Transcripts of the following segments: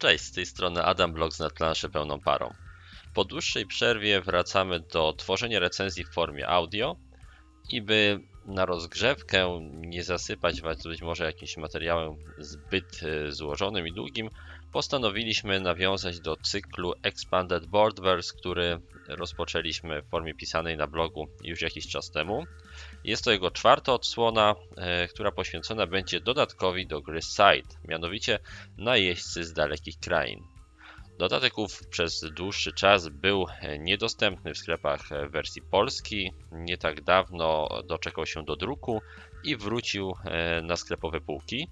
Cześć, z tej strony Adam Blok z Nadplanszy pełną parą. Po dłuższej przerwie wracamy do tworzenia recenzji w formie audio i by na rozgrzewkę nie zasypać Was być może jakimś materiałem zbyt złożonym i długim, postanowiliśmy nawiązać do cyklu Expanded Boardverse, który rozpoczęliśmy w formie pisanej na blogu już jakiś czas temu. Jest to jego czwarta odsłona, która poświęcona będzie dodatkowi do gry Scythe, mianowicie Najeźdźcy z dalekich krain. Dodatek ów przez dłuższy czas był niedostępny w sklepach wersji polskiej. Nie tak dawno doczekał się do druku i wrócił na sklepowe półki.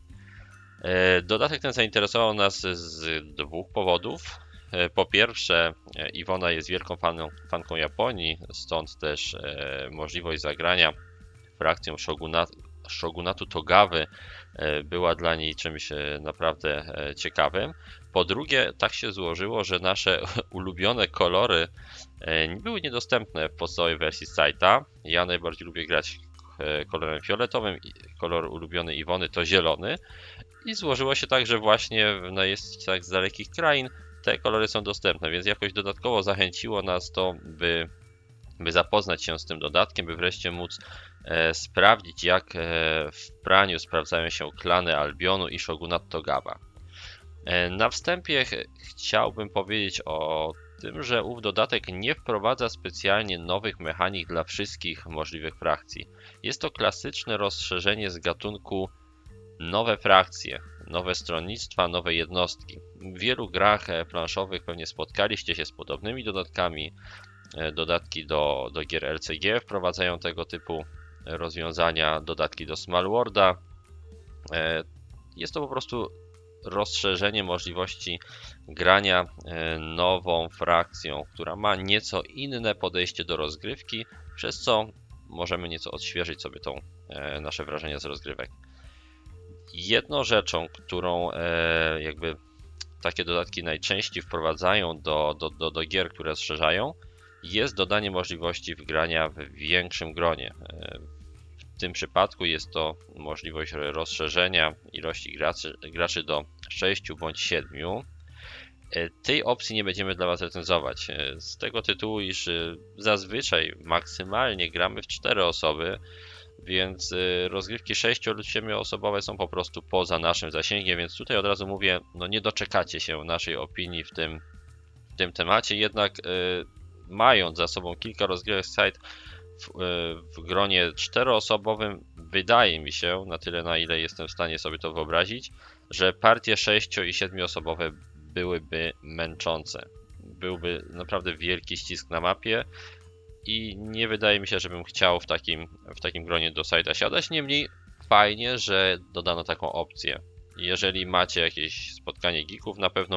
Dodatek ten zainteresował nas z dwóch powodów. Po pierwsze, Iwona jest wielką fanką Japonii, stąd też możliwość zagrania frakcją Shogunatu Togawy była dla niej czymś naprawdę ciekawym. Po drugie, tak się złożyło, że nasze ulubione kolory były niedostępne w podstawowej wersji Scythe'a. Ja najbardziej lubię grać kolorem fioletowym, kolor ulubiony Iwony to zielony. I złożyło się tak, że właśnie w Najeźdźcach z dalekich krain te kolory są dostępne, więc jakoś dodatkowo zachęciło nas to, by zapoznać się z tym dodatkiem, by wreszcie móc sprawdzić, jak w praniu sprawdzają się klany Albionu i Shogunat Togawa. Na wstępie chciałbym powiedzieć o tym, że ów dodatek nie wprowadza specjalnie nowych mechanik dla wszystkich możliwych frakcji. Jest to klasyczne rozszerzenie z gatunku nowe frakcje, nowe stronnictwa, nowe jednostki. W wielu grach planszowych pewnie spotkaliście się z podobnymi dodatkami. Dodatki do gier LCG wprowadzają tego typu rozwiązania, dodatki do Small Worlda. Jest to po prostu rozszerzenie możliwości grania nową frakcją, która ma nieco inne podejście do rozgrywki, przez co możemy nieco odświeżyć sobie nasze wrażenia z rozgrywek. Jedną rzeczą, którą jakby takie dodatki najczęściej wprowadzają do gier, które rozszerzają, jest dodanie możliwości wgrania w większym gronie. W tym przypadku jest to możliwość rozszerzenia ilości graczy do 6 bądź 7. Tej opcji nie będziemy dla Was recenzować, z tego tytułu, iż zazwyczaj maksymalnie gramy w 4 osoby, więc rozgrywki 6 lub 7 osobowe są po prostu poza naszym zasięgiem, więc tutaj od razu mówię, no nie doczekacie się naszej opinii w tym temacie, jednak mając za sobą kilka rozgrywek Scythe w gronie 4-osobowym, wydaje mi się, na tyle na ile jestem w stanie sobie to wyobrazić, że partie 6 i 7-osobowe byłyby męczące. Byłby naprawdę wielki ścisk na mapie i nie wydaje mi się, żebym chciał w takim gronie do Scythe'a siadać. Niemniej fajnie, że dodano taką opcję. Jeżeli macie jakieś spotkanie geeków, na pewno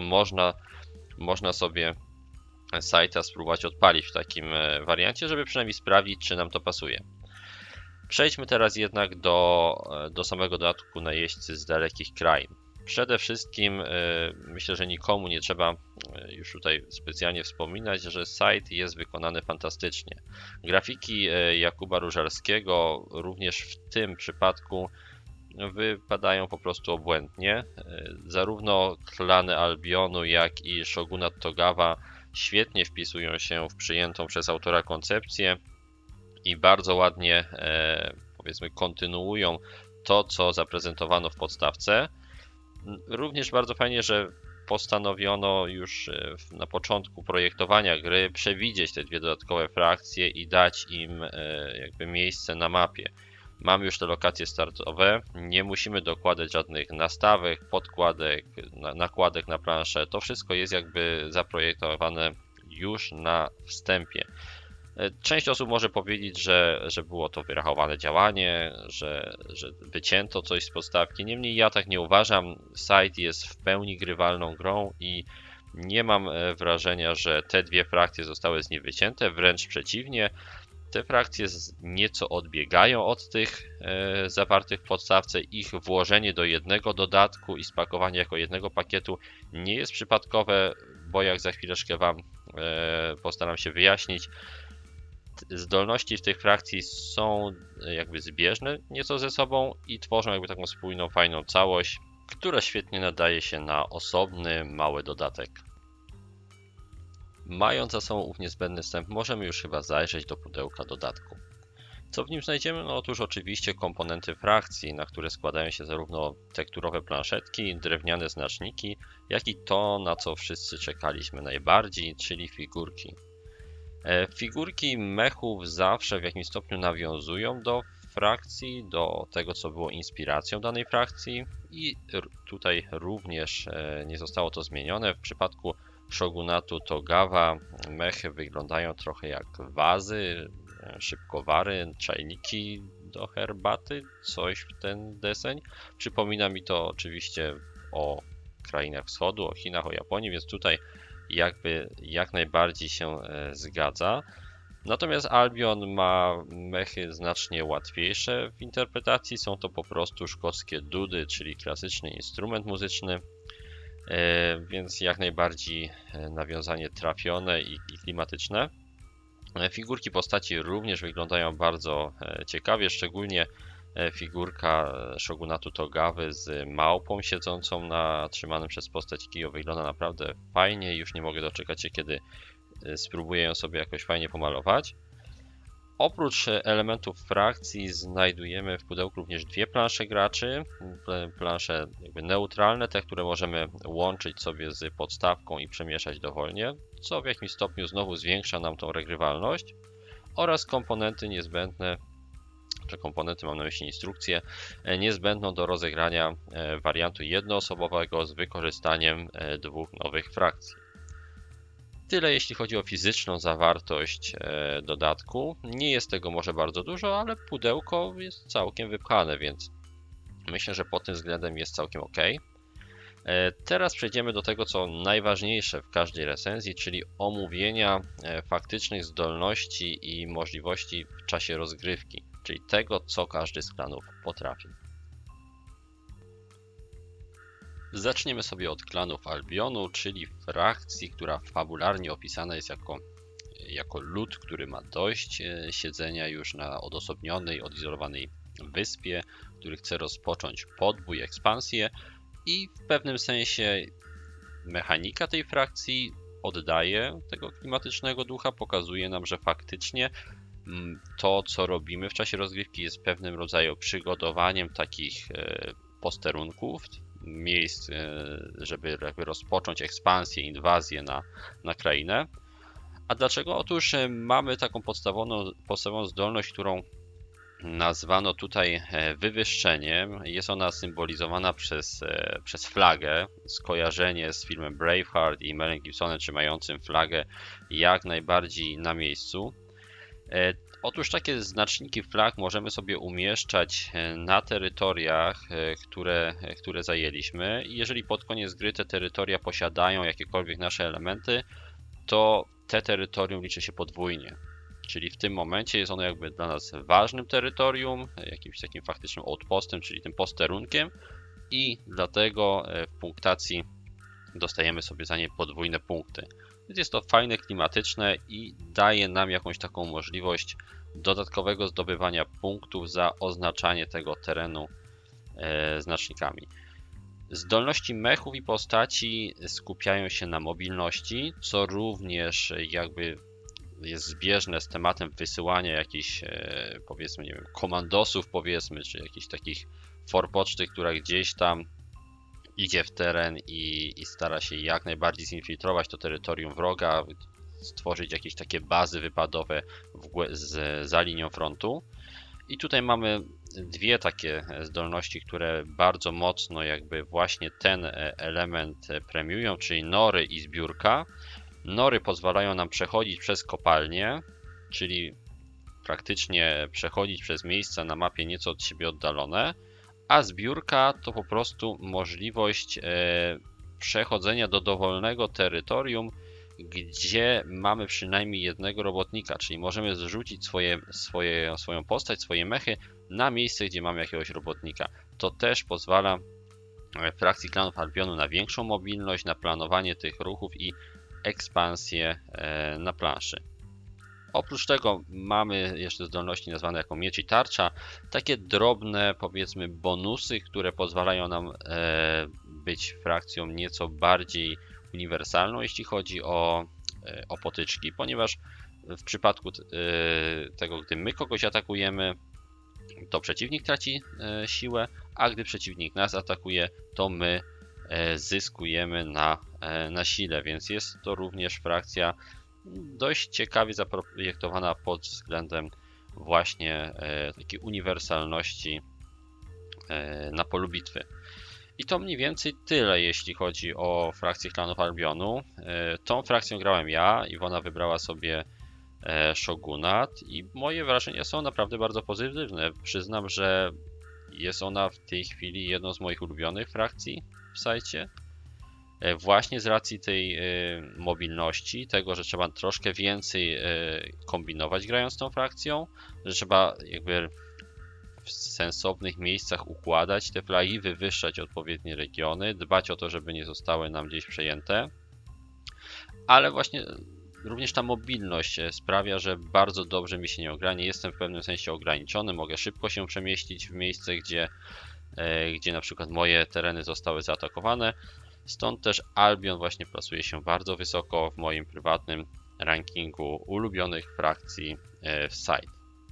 można sobie Scythe'a spróbować odpalić w takim wariancie, żeby przynajmniej sprawdzić, czy nam to pasuje. Przejdźmy teraz jednak do samego dodatku Najeźdźcy z dalekich krain. Przede wszystkim myślę, że nikomu nie trzeba już tutaj specjalnie wspominać, że Scythe jest wykonany fantastycznie. Grafiki Jakuba Różalskiego również w tym przypadku wypadają po prostu obłędnie. Zarówno klany Albionu, jak i Shogunat Togawa świetnie wpisują się w przyjętą przez autora koncepcję i bardzo ładnie, powiedzmy, kontynuują to, co zaprezentowano w podstawce. Również bardzo fajnie, że postanowiono już na początku projektowania gry przewidzieć te dwie dodatkowe frakcje i dać im jakby miejsce na mapie. Mamy już te lokacje startowe, nie musimy dokładać żadnych nastawek, podkładek, nakładek na planszę. To wszystko jest jakby zaprojektowane już na wstępie. Część osób może powiedzieć, że było to wyrachowane działanie, że wycięto coś z podstawki. Niemniej ja tak nie uważam. Scythe jest w pełni grywalną grą i nie mam wrażenia, że te dwie frakcje zostały z niej wycięte. Wręcz przeciwnie. Te frakcje nieco odbiegają od tych zawartych w podstawce. Ich włożenie do jednego dodatku i spakowanie jako jednego pakietu nie jest przypadkowe, bo jak za chwileczkę Wam postaram się wyjaśnić, zdolności w tych frakcji są jakby zbieżne nieco ze sobą i tworzą jakby taką spójną, fajną całość. które świetnie nadaje się na osobny, mały dodatek. Mając za sobą ów niezbędny wstęp, możemy już chyba zajrzeć do pudełka dodatku. Co w nim znajdziemy? No otóż oczywiście komponenty frakcji, na które składają się zarówno tekturowe planszetki, drewniane znaczniki, jak i to, na co wszyscy czekaliśmy najbardziej, czyli figurki. Figurki mechów zawsze w jakimś stopniu nawiązują do frakcji, do tego, co było inspiracją danej frakcji i tutaj również nie zostało to zmienione. W przypadku Shogunatu Togawa mechy wyglądają trochę jak wazy, szybkowary, czajniki do herbaty, coś w ten deseń. Przypomina mi to oczywiście o krainach wschodu, o Chinach, o Japonii, więc tutaj jak najbardziej się zgadza. Natomiast Albion ma mechy znacznie łatwiejsze w interpretacji. Są to po prostu szkockie dudy, czyli klasyczny instrument muzyczny, więc jak najbardziej nawiązanie trafione i klimatyczne. Figurki postaci również wyglądają bardzo ciekawie, szczególnie figurka Shogunatu Togawy z małpą siedzącą na trzymanym przez postać kiju wygląda naprawdę fajnie i już nie mogę doczekać się, kiedy spróbuję ją sobie jakoś fajnie pomalować. Oprócz elementów frakcji znajdujemy w pudełku również dwie plansze graczy, plansze jakby neutralne, te, które możemy łączyć sobie z podstawką i przemieszać dowolnie, co w jakimś stopniu znowu zwiększa nam tą regrywalność, oraz komponenty niezbędne, czy komponenty, mam na myśli instrukcję, niezbędną do rozegrania wariantu jednoosobowego z wykorzystaniem dwóch nowych frakcji. Tyle jeśli chodzi o fizyczną zawartość dodatku. Nie jest tego może bardzo dużo, ale pudełko jest całkiem wypchane, więc myślę, że pod tym względem jest całkiem ok. Teraz przejdziemy do tego, co najważniejsze w każdej recenzji, czyli omówienia faktycznych zdolności i możliwości w czasie rozgrywki, czyli tego, co każdy z klanów potrafi. Zaczniemy sobie od klanów Albionu, czyli frakcji, która fabularnie opisana jest jako lud, który ma dość siedzenia już na odosobnionej, odizolowanej wyspie, który chce rozpocząć podbój, ekspansję i w pewnym sensie mechanika tej frakcji oddaje tego klimatycznego ducha, pokazuje nam, że faktycznie to, co robimy w czasie rozgrywki, jest pewnym rodzaju przygotowaniem takich posterunków, miejsc, żeby jakby rozpocząć ekspansję, inwazję na krainę. A dlaczego? Otóż mamy taką podstawową zdolność, którą nazwano tutaj wywyższeniem. Jest ona symbolizowana przez flagę. Skojarzenie z filmem Braveheart i Melem Gibsonem trzymającym flagę jak najbardziej na miejscu. Otóż takie znaczniki flag możemy sobie umieszczać na terytoriach, które zajęliśmy. I jeżeli pod koniec gry te terytoria posiadają jakiekolwiek nasze elementy, to te terytorium liczy się podwójnie. Czyli w tym momencie jest ono jakby dla nas ważnym terytorium, jakimś takim faktycznym outpostem, czyli tym posterunkiem i dlatego w punktacji dostajemy sobie za nie podwójne punkty. Więc jest to fajne, klimatyczne i daje nam jakąś taką możliwość dodatkowego zdobywania punktów za oznaczanie tego terenu znacznikami. Zdolności mechów i postaci skupiają się na mobilności, co również jakby jest zbieżne z tematem wysyłania jakichś, powiedzmy, nie wiem, komandosów, powiedzmy, czy jakichś takich forpoczty, która gdzieś tam idzie w teren i stara się jak najbardziej zinfiltrować to terytorium wroga, stworzyć jakieś takie bazy wypadowe za linią frontu. I tutaj mamy dwie takie zdolności, które bardzo mocno jakby właśnie ten element premiują, czyli nory i zbiórka. Nory pozwalają nam przechodzić przez kopalnię, czyli praktycznie przechodzić przez miejsca na mapie nieco od siebie oddalone, a zbiórka to po prostu możliwość przechodzenia do dowolnego terytorium, gdzie mamy przynajmniej jednego robotnika, czyli możemy zrzucić swoją postać, swoje mechy na miejsce, gdzie mamy jakiegoś robotnika. To też pozwala frakcji klanów Albionu na większą mobilność, na planowanie tych ruchów i ekspansję na planszy. Oprócz tego mamy jeszcze zdolności nazwane jako miecz i tarcza, takie drobne, powiedzmy, bonusy, które pozwalają nam być frakcją nieco bardziej uniwersalną, jeśli chodzi o potyczki, ponieważ w przypadku tego, gdy my kogoś atakujemy, to przeciwnik traci siłę, a gdy przeciwnik nas atakuje, to my zyskujemy na sile, więc jest to również frakcja dość ciekawie zaprojektowana pod względem właśnie takiej uniwersalności na polu bitwy. I to mniej więcej tyle, jeśli chodzi o frakcję klanów Albionu. Tą frakcją grałem ja, Iwona wybrała sobie Shogunat i moje wrażenia są naprawdę bardzo pozytywne. Przyznam, że jest ona w tej chwili jedną z moich ulubionych frakcji w sajcie. Właśnie z racji tej mobilności, tego, że trzeba troszkę więcej kombinować grając tą frakcją, że trzeba jakby w sensownych miejscach układać te flagi, wywyższać odpowiednie regiony, dbać o to, żeby nie zostały nam gdzieś przejęte, ale właśnie również ta mobilność sprawia, że bardzo dobrze mi się nie gra, nie jestem w pewnym sensie ograniczony, mogę szybko się przemieścić w miejsce, gdzie na przykład moje tereny zostały zaatakowane. Stąd też Albion właśnie plasuje się bardzo wysoko w moim prywatnym rankingu ulubionych frakcji w site.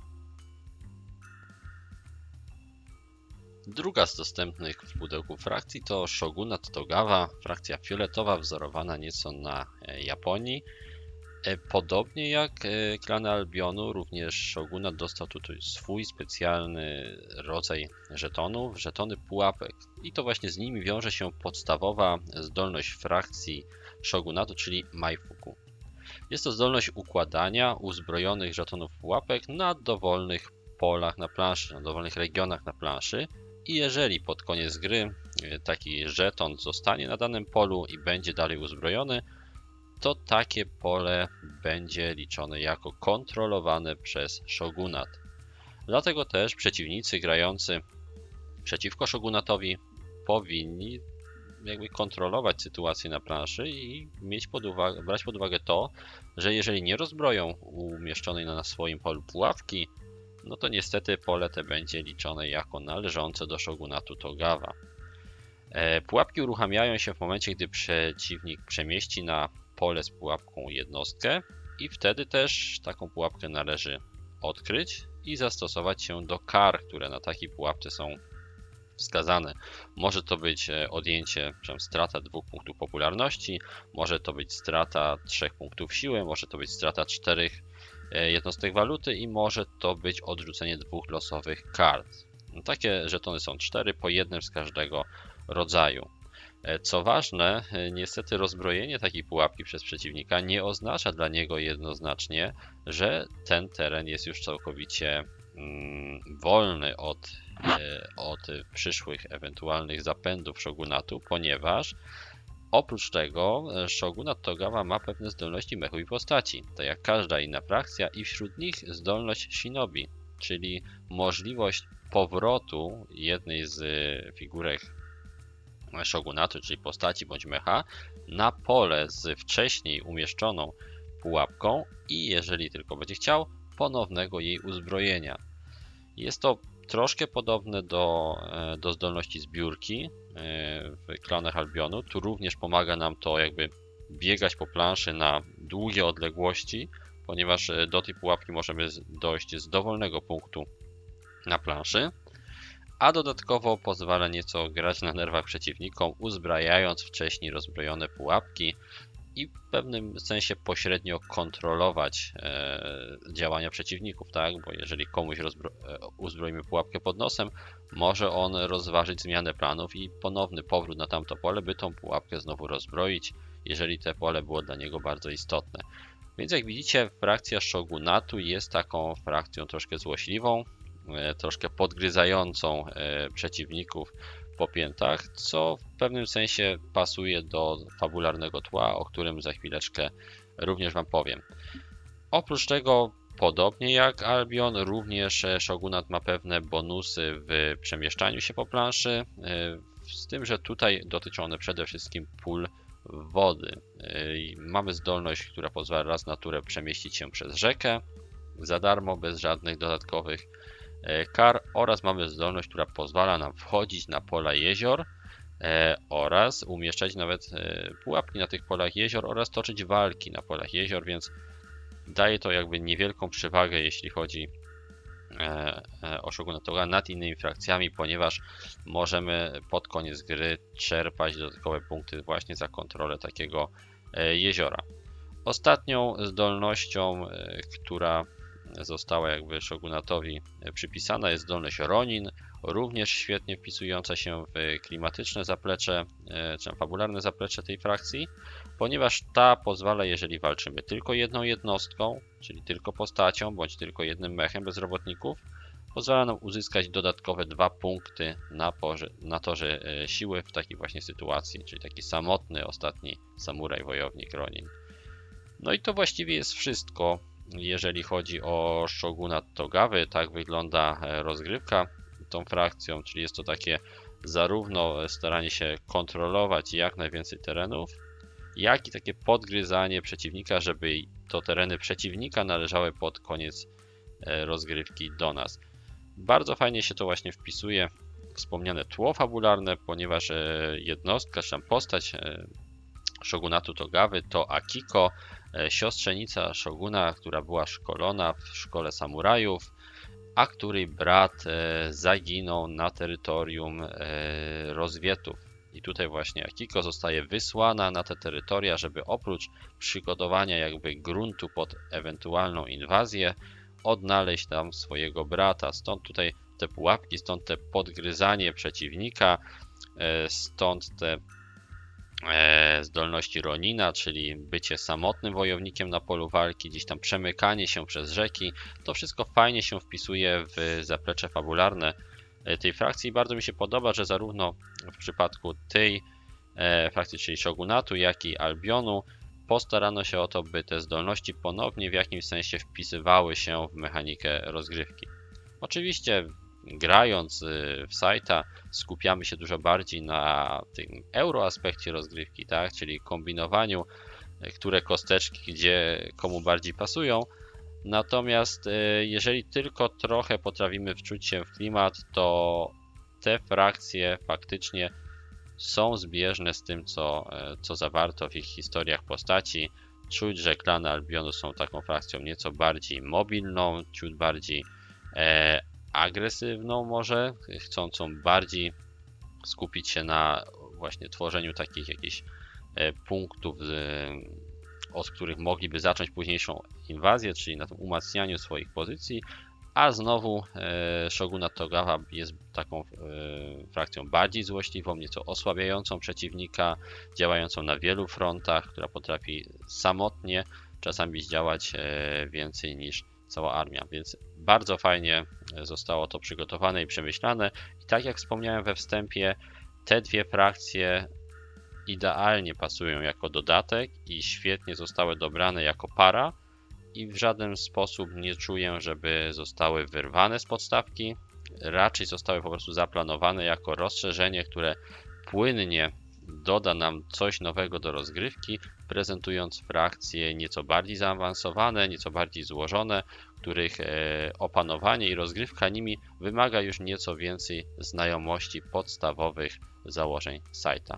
Druga z dostępnych w pudełku frakcji to Shogunat Togawa, frakcja fioletowa wzorowana nieco na Japonii. Podobnie jak klany Albionu, również Shogunat dostał tutaj swój specjalny rodzaj żetonów, żetony pułapek. I to właśnie z nimi wiąże się podstawowa zdolność frakcji Shogunatu, czyli Maifuku. Jest to zdolność układania uzbrojonych żetonów pułapek na dowolnych polach na planszy, na dowolnych regionach na planszy. I jeżeli pod koniec gry taki żeton zostanie na danym polu i będzie dalej uzbrojony, to takie pole będzie liczone jako kontrolowane przez Shogunat. Dlatego też przeciwnicy grający przeciwko Shogunatowi powinni jakby kontrolować sytuację na planszy i brać pod uwagę to, że jeżeli nie rozbroją umieszczonej na swoim polu pułapki, no to niestety pole te będzie liczone jako należące do Shogunatu Togawa. Pułapki uruchamiają się w momencie, gdy przeciwnik przemieści na pole z pułapką jednostkę i wtedy też taką pułapkę należy odkryć i zastosować się do kar, które na takiej pułapce są wskazane. Może to być odjęcie, strata 2 punktów popularności, może to być strata 3 punktów siły, może to być strata 4 jednostek waluty i może to być odrzucenie 2 losowych kart. Takie żetony są 4, po jednym z każdego rodzaju. Co ważne, niestety rozbrojenie takiej pułapki przez przeciwnika nie oznacza dla niego jednoznacznie, że ten teren jest już całkowicie wolny od przyszłych ewentualnych zapędów Shogunatu, ponieważ oprócz tego Shogunat Togawa ma pewne zdolności mechu i postaci, tak jak każda inna frakcja i wśród nich zdolność Shinobi, czyli możliwość powrotu jednej z figurek Shogunatu, czyli postaci bądź mecha, na pole z wcześniej umieszczoną pułapką i jeżeli tylko będzie chciał, ponownego jej uzbrojenia. Jest to troszkę podobne do zdolności zbiórki w klanach Albionu. Tu również pomaga nam to jakby biegać po planszy na długie odległości, ponieważ do tej pułapki możemy dojść z dowolnego punktu na planszy. A dodatkowo pozwala nieco grać na nerwach przeciwnikom, uzbrajając wcześniej rozbrojone pułapki i w pewnym sensie pośrednio kontrolować działania przeciwników, tak? Bo jeżeli komuś uzbroimy pułapkę pod nosem, może on rozważyć zmianę planów i ponowny powrót na tamto pole, by tą pułapkę znowu rozbroić, jeżeli te pole było dla niego bardzo istotne. Więc jak widzicie, frakcja Shogunatu jest taką frakcją troszkę złośliwą, troszkę podgryzającą przeciwników po piętach, co w pewnym sensie pasuje do fabularnego tła, o którym za chwileczkę również Wam powiem. Oprócz tego, podobnie jak Albion, również Shogunat ma pewne bonusy w przemieszczaniu się po planszy, z tym, że tutaj dotyczą one przede wszystkim pól wody. Mamy zdolność, która pozwala raz na turę przemieścić się przez rzekę, za darmo, bez żadnych dodatkowych kar, oraz mamy zdolność, która pozwala nam wchodzić na pola jezior oraz umieszczać nawet pułapki na tych polach jezior oraz toczyć walki na polach jezior, więc daje to jakby niewielką przewagę, jeśli chodzi o Shogunat Toga nad innymi frakcjami, ponieważ możemy pod koniec gry czerpać dodatkowe punkty właśnie za kontrolę takiego jeziora. Ostatnią zdolnością, która została jakby Shogunatowi przypisana, jest zdolność Ronin, również świetnie wpisująca się w klimatyczne zaplecze, czy fabularne zaplecze tej frakcji, ponieważ ta pozwala, jeżeli walczymy tylko jedną jednostką, czyli tylko postacią, bądź tylko jednym mechem bez robotników, pozwala nam uzyskać dodatkowe 2 punkty na torze siły w takiej właśnie sytuacji, czyli taki samotny, ostatni samuraj, wojownik Ronin. No i to właściwie jest wszystko, jeżeli chodzi o Shogunat Togawy. Tak wygląda rozgrywka tą frakcją, czyli jest to takie zarówno staranie się kontrolować jak najwięcej terenów, jak i takie podgryzanie przeciwnika, żeby to tereny przeciwnika należały pod koniec rozgrywki do nas. Bardzo fajnie się to właśnie wpisuje w wspomniane tło fabularne, ponieważ jednostka, czy tam postać Shogunatu Togawy to Akiko, siostrzenica Shoguna, która była szkolona w szkole samurajów, a której brat zaginął na terytorium Rozwietów. I tutaj właśnie Akiko zostaje wysłana na te terytoria, żeby oprócz przygotowania jakby gruntu pod ewentualną inwazję, odnaleźć tam swojego brata. Stąd tutaj te pułapki, stąd te podgryzanie przeciwnika, stąd te zdolności Ronina, czyli bycie samotnym wojownikiem na polu walki, gdzieś tam przemykanie się przez rzeki. To wszystko fajnie się wpisuje w zaplecze fabularne tej frakcji i bardzo mi się podoba, że zarówno w przypadku tej frakcji, czyli Shogunatu, jak i Albionu, postarano się o to, by te zdolności ponownie w jakimś sensie wpisywały się w mechanikę rozgrywki. Oczywiście grając w Saita skupiamy się dużo bardziej na tym euro aspekcie rozgrywki, tak? Czyli kombinowaniu, które kosteczki gdzie komu bardziej pasują. Natomiast jeżeli tylko trochę potrafimy wczuć się w klimat, to te frakcje faktycznie są zbieżne z tym, co zawarto w ich historiach postaci. Czuć, że klany Albionu są taką frakcją nieco bardziej mobilną, ciut bardziej agresywną może, chcącą bardziej skupić się na właśnie tworzeniu takich jakichś punktów, od których mogliby zacząć późniejszą inwazję, czyli na tym umacnianiu swoich pozycji, a znowu Shogunat Togawa jest taką frakcją bardziej złośliwą, nieco osłabiającą przeciwnika, działającą na wielu frontach, która potrafi samotnie czasami zdziałać więcej niż cała armia, więc bardzo fajnie zostało to przygotowane i przemyślane. I tak jak wspomniałem we wstępie, te dwie frakcje idealnie pasują jako dodatek i świetnie zostały dobrane jako para i w żaden sposób nie czuję, żeby zostały wyrwane z podstawki. Raczej zostały po prostu zaplanowane jako rozszerzenie, które płynnie doda nam coś nowego do rozgrywki, prezentując frakcje nieco bardziej zaawansowane, nieco bardziej złożone, których opanowanie i rozgrywka nimi wymaga już nieco więcej znajomości podstawowych założeń Saita.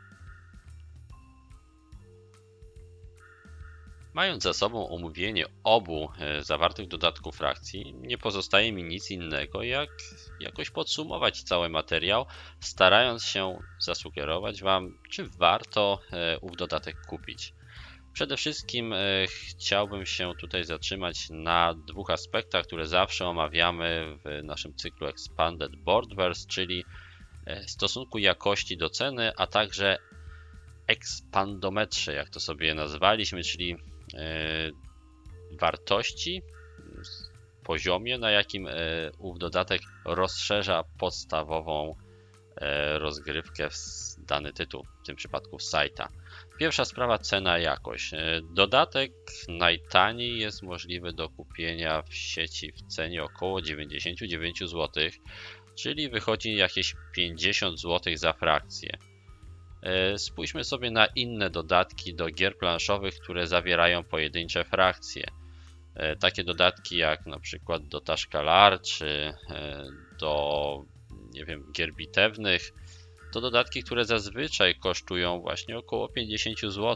Mając za sobą omówienie obu zawartych dodatków frakcji, nie pozostaje mi nic innego, jak jakoś podsumować cały materiał, starając się zasugerować Wam, czy warto ów dodatek kupić. Przede wszystkim chciałbym się tutaj zatrzymać na dwóch aspektach, które zawsze omawiamy w naszym cyklu Expanded Boardverse, czyli stosunku jakości do ceny, a także ekspandometrze, jak to sobie nazwaliśmy, czyli wartości, poziomie, na jakim ów dodatek rozszerza podstawową rozgrywkę w dany tytuł, w tym przypadku Saita. Pierwsza sprawa, cena, jakość. Dodatek najtaniej jest możliwy do kupienia w sieci w cenie około 99 zł, czyli wychodzi jakieś 50 zł za frakcję. Spójrzmy sobie na inne dodatki do gier planszowych, które zawierają pojedyncze frakcje. Takie dodatki jak na przykład do Tashkalar czy do, nie wiem, gier bitewnych, to dodatki, które zazwyczaj kosztują właśnie około 50 zł.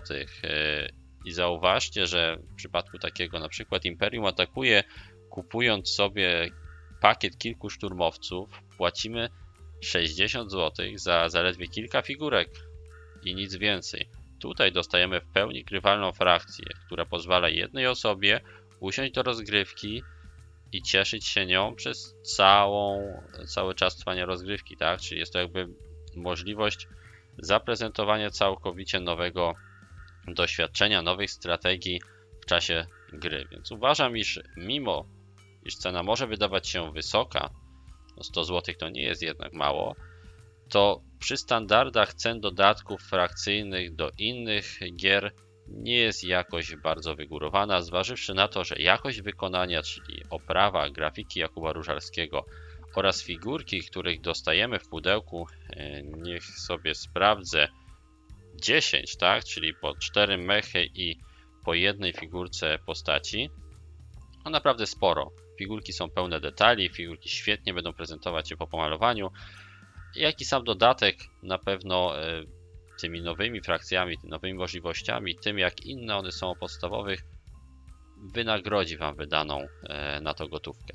I zauważcie, że w przypadku takiego na przykład Imperium Atakuje, kupując sobie pakiet kilku szturmowców, płacimy 60 zł za zaledwie kilka figurek i nic więcej. Tutaj dostajemy w pełni grywalną frakcję, która pozwala jednej osobie usiąść do rozgrywki i cieszyć się nią przez cały czas trwania rozgrywki, tak? Czyli jest to jakby możliwość zaprezentowania całkowicie nowego doświadczenia, nowej strategii w czasie gry. Więc uważam, iż mimo iż cena może wydawać się wysoka, no 100 zł to nie jest jednak mało, to przy standardach cen dodatków frakcyjnych do innych gier nie jest jakoś bardzo wygórowana, zważywszy na to, że jakość wykonania, czyli oprawa, grafiki Jakuba Różalskiego oraz figurki, których dostajemy w pudełku, niech sobie sprawdzę, 10, tak, czyli po 4 mechy i po jednej figurce postaci, no naprawdę sporo. Figurki są pełne detali, figurki świetnie będą prezentować się po pomalowaniu, jak i sam dodatek na pewno tymi nowymi frakcjami, tymi nowymi możliwościami, tym jak inne one są o podstawowych, wynagrodzi Wam wydaną na to gotówkę.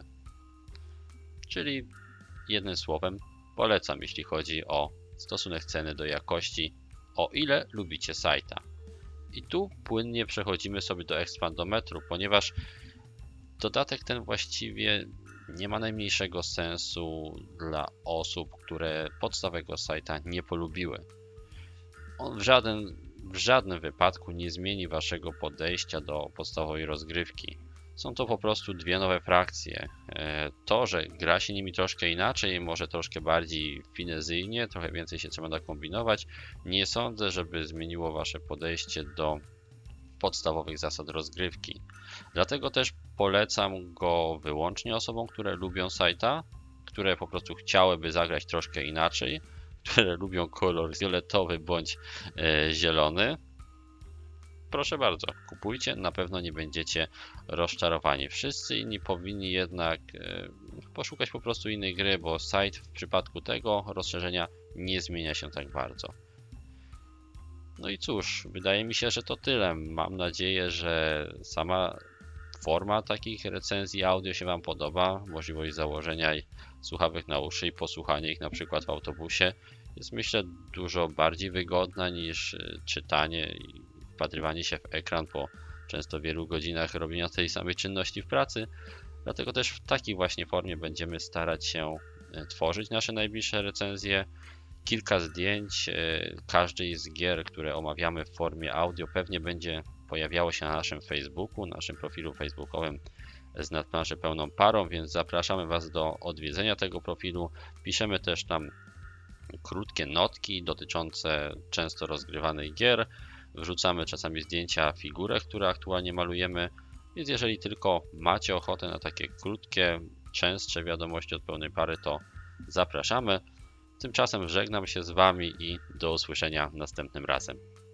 Czyli jednym słowem polecam, jeśli chodzi o stosunek ceny do jakości, o ile lubicie Scythe'a. I tu płynnie przechodzimy sobie do ekspandometru, ponieważ dodatek ten właściwie nie ma najmniejszego sensu dla osób, które podstawowego Scythe'a nie polubiły. On w żadnym wypadku nie zmieni Waszego podejścia do podstawowej rozgrywki. Są to po prostu dwie nowe frakcje. To, że gra się nimi troszkę inaczej, może troszkę bardziej finezyjnie, trochę więcej się trzeba kombinować, nie sądzę, żeby zmieniło Wasze podejście do podstawowych zasad rozgrywki. Dlatego też polecam go wyłącznie osobom, które lubią Scythe'a, które po prostu chciałyby zagrać troszkę inaczej, które lubią kolor fioletowy bądź zielony. Proszę bardzo, kupujcie, na pewno nie będziecie rozczarowani. Wszyscy inni powinni jednak poszukać po prostu innej gry, bo Scythe w przypadku tego rozszerzenia nie zmienia się tak bardzo. No i cóż, wydaje mi się, że to tyle. Mam nadzieję, że sama forma takich recenzji audio się Wam podoba. Możliwość założenia słuchawek na uszy i posłuchania ich na przykład w autobusie jest, myślę, dużo bardziej wygodna niż czytanie i wpatrywanie się w ekran po często wielu godzinach robienia tej samej czynności w pracy. Dlatego też w takiej właśnie formie będziemy starać się tworzyć nasze najbliższe recenzje. Kilka zdjęć każdej z gier, które omawiamy w formie audio, pewnie będzie pojawiało się na naszym Facebooku, naszym profilu facebookowym z Nadplanszy Pełną Parą, więc zapraszamy Was do odwiedzenia tego profilu. Piszemy też tam krótkie notki dotyczące często rozgrywanych gier. Wrzucamy czasami zdjęcia figurek, które aktualnie malujemy, więc jeżeli tylko macie ochotę na takie krótkie, częstsze wiadomości od Pełnej Pary, to zapraszamy. Tymczasem żegnam się z Wami i do usłyszenia następnym razem.